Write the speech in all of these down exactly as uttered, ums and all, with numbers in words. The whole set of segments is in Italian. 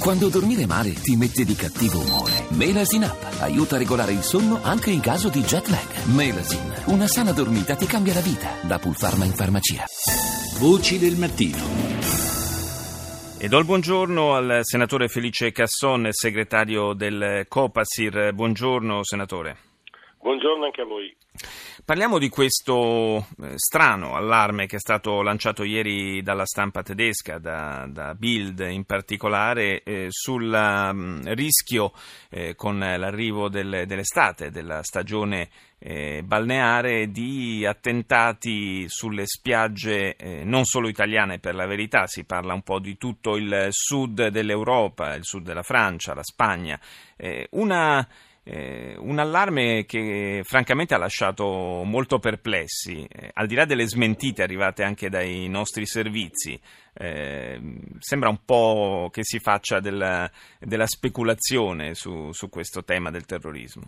Quando dormire male ti mette di cattivo umore, Melasin Up aiuta a regolare il sonno anche in caso di jet lag. Melasin, una sana dormita ti cambia la vita. Da Pulpharma in farmacia. Voci del mattino. E do il buongiorno al senatore Felice Casson, segretario del Copasir. Buongiorno senatore. Buongiorno anche a voi. Parliamo di questo eh, strano allarme che è stato lanciato ieri dalla stampa tedesca, da, da Bild in particolare, eh, sul um, rischio eh, con l'arrivo del, dell'estate, della stagione eh, balneare, di attentati sulle spiagge eh, non solo italiane, per la verità. Si parla un po' di tutto il sud dell'Europa, il sud della Francia, la Spagna. Eh, una Eh, un allarme che francamente ha lasciato molto perplessi, eh, al di là delle smentite arrivate anche dai nostri servizi. Eh, sembra un po' che si faccia della, della speculazione su, su questo tema del terrorismo.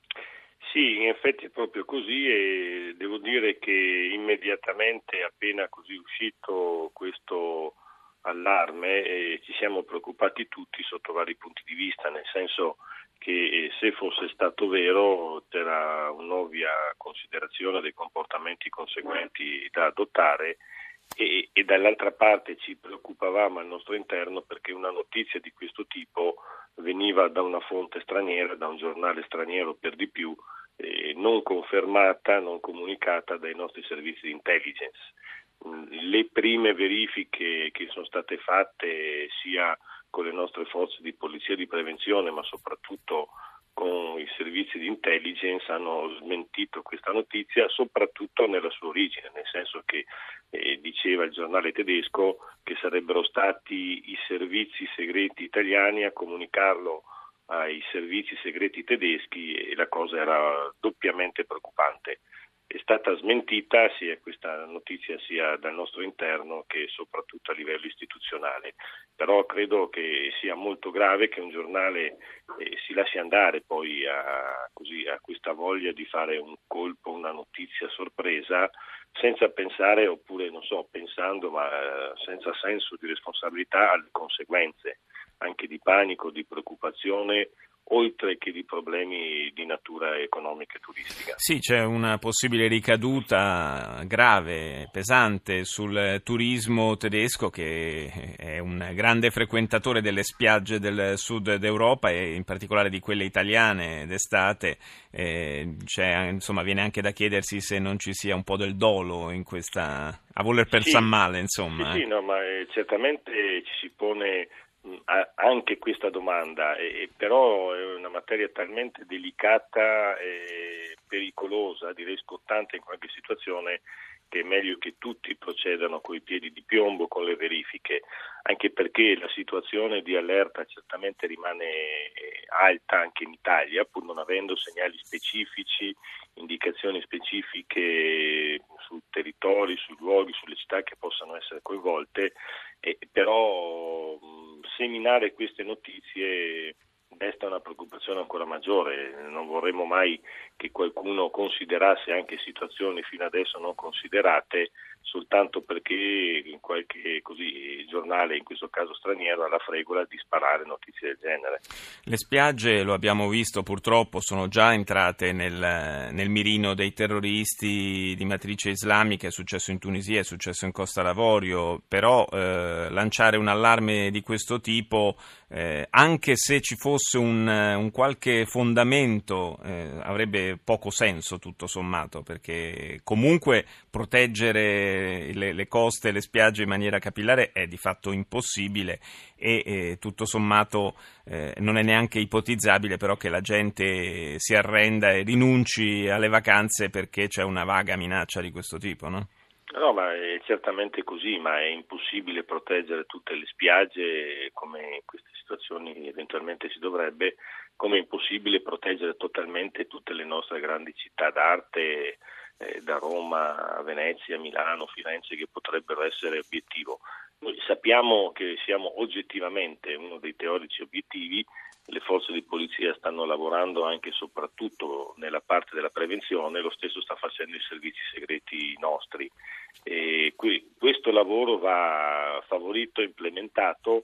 Sì, in effetti è proprio così, e devo dire che immediatamente, appena così uscito questo allarme, eh, ci siamo preoccupati tutti sotto vari punti di vista, nel senso che se fosse stato vero c'era un'ovvia considerazione dei comportamenti conseguenti da adottare e, e dall'altra parte ci preoccupavamo al nostro interno perché una notizia di questo tipo veniva da una fonte straniera, da un giornale straniero per di più, eh, non confermata, non comunicata dai nostri servizi di intelligence. Le prime verifiche che sono state fatte sia con le nostre forze di polizia di prevenzione, ma soprattutto con i servizi di intelligence, hanno smentito questa notizia, soprattutto nella sua origine, nel senso che eh, diceva il giornale tedesco che sarebbero stati i servizi segreti italiani a comunicarlo ai servizi segreti tedeschi, e la cosa era doppiamente preoccupante. È stata smentita sia questa notizia sia dal nostro interno che soprattutto a livello istituzionale, però credo che sia molto grave che un giornale eh, si lasci andare poi a, così, a questa voglia di fare un colpo, una notizia sorpresa, senza pensare, oppure non so, pensando ma eh, senza senso di responsabilità alle conseguenze anche di panico, di preoccupazione, oltre che di problemi di natura economica e turistica. Sì, c'è una possibile ricaduta grave, pesante sul turismo tedesco, che è un grande frequentatore delle spiagge del sud d'Europa e in particolare di quelle italiane d'estate. Eh, c'è, insomma, viene anche da chiedersi se non ci sia un po' del dolo in questa, a voler pensare sì, male, insomma. Sì, eh. sì, no, ma eh, certamente ci si pone anche questa domanda, eh, però è una materia talmente delicata e pericolosa, direi scottante in qualche situazione, che è meglio che tutti procedano coi piedi di piombo con le verifiche, anche perché la situazione di allerta certamente rimane alta anche in Italia, pur non avendo segnali specifici, indicazioni specifiche sul territorio, sui luoghi, sulle città che possano essere coinvolte, eh, però seminare queste notizie desta una preoccupazione ancora maggiore. Non vorremmo mai che qualcuno considerasse anche situazioni fino adesso non considerate soltanto perché in qualche così giornale, in questo caso straniero, ha la fregola di sparare notizie del genere. Le spiagge, lo abbiamo visto purtroppo, sono già entrate nel, nel mirino dei terroristi di matrice islamica. È successo in Tunisia, è successo in Costa d'Avorio, però eh, lanciare un allarme di questo tipo, eh, anche se ci fosse un, un qualche fondamento, eh, avrebbe poco senso tutto sommato, perché comunque proteggere Le, le coste e le spiagge in maniera capillare è di fatto impossibile e eh, tutto sommato eh, non è neanche ipotizzabile però che la gente si arrenda e rinunci alle vacanze perché c'è una vaga minaccia di questo tipo, no? No, ma è certamente così, ma è impossibile proteggere tutte le spiagge come in queste situazioni eventualmente si dovrebbe, come è impossibile proteggere totalmente tutte le nostre grandi città d'arte, eh, da Roma a Venezia, Milano, Firenze, che potrebbero essere obiettivo. Noi sappiamo che siamo oggettivamente uno dei teorici obiettivi. Le forze di polizia stanno lavorando anche e soprattutto nella parte della prevenzione, lo stesso sta facendo i servizi segreti nostri. E qui, questo lavoro va favorito e implementato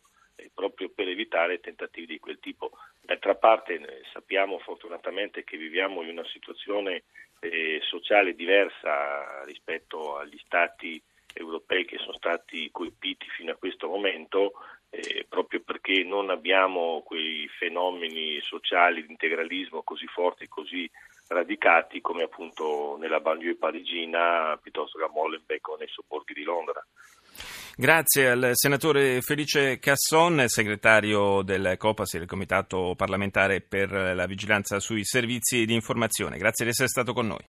eh, proprio per evitare tentativi di quel tipo. D'altra parte eh, sappiamo fortunatamente che viviamo in una situazione eh, sociale diversa rispetto agli stati europei che sono stati colpiti fino a questo momento, eh, proprio perché non abbiamo quei fenomeni sociali di integralismo così forti, così radicati come appunto nella banlieue parigina piuttosto che a Molenbeek o nei sobborghi di Londra. Grazie al senatore Felice Casson, segretario del COPASIR, il Comitato parlamentare per la vigilanza sui servizi di informazione. Grazie di essere stato con noi.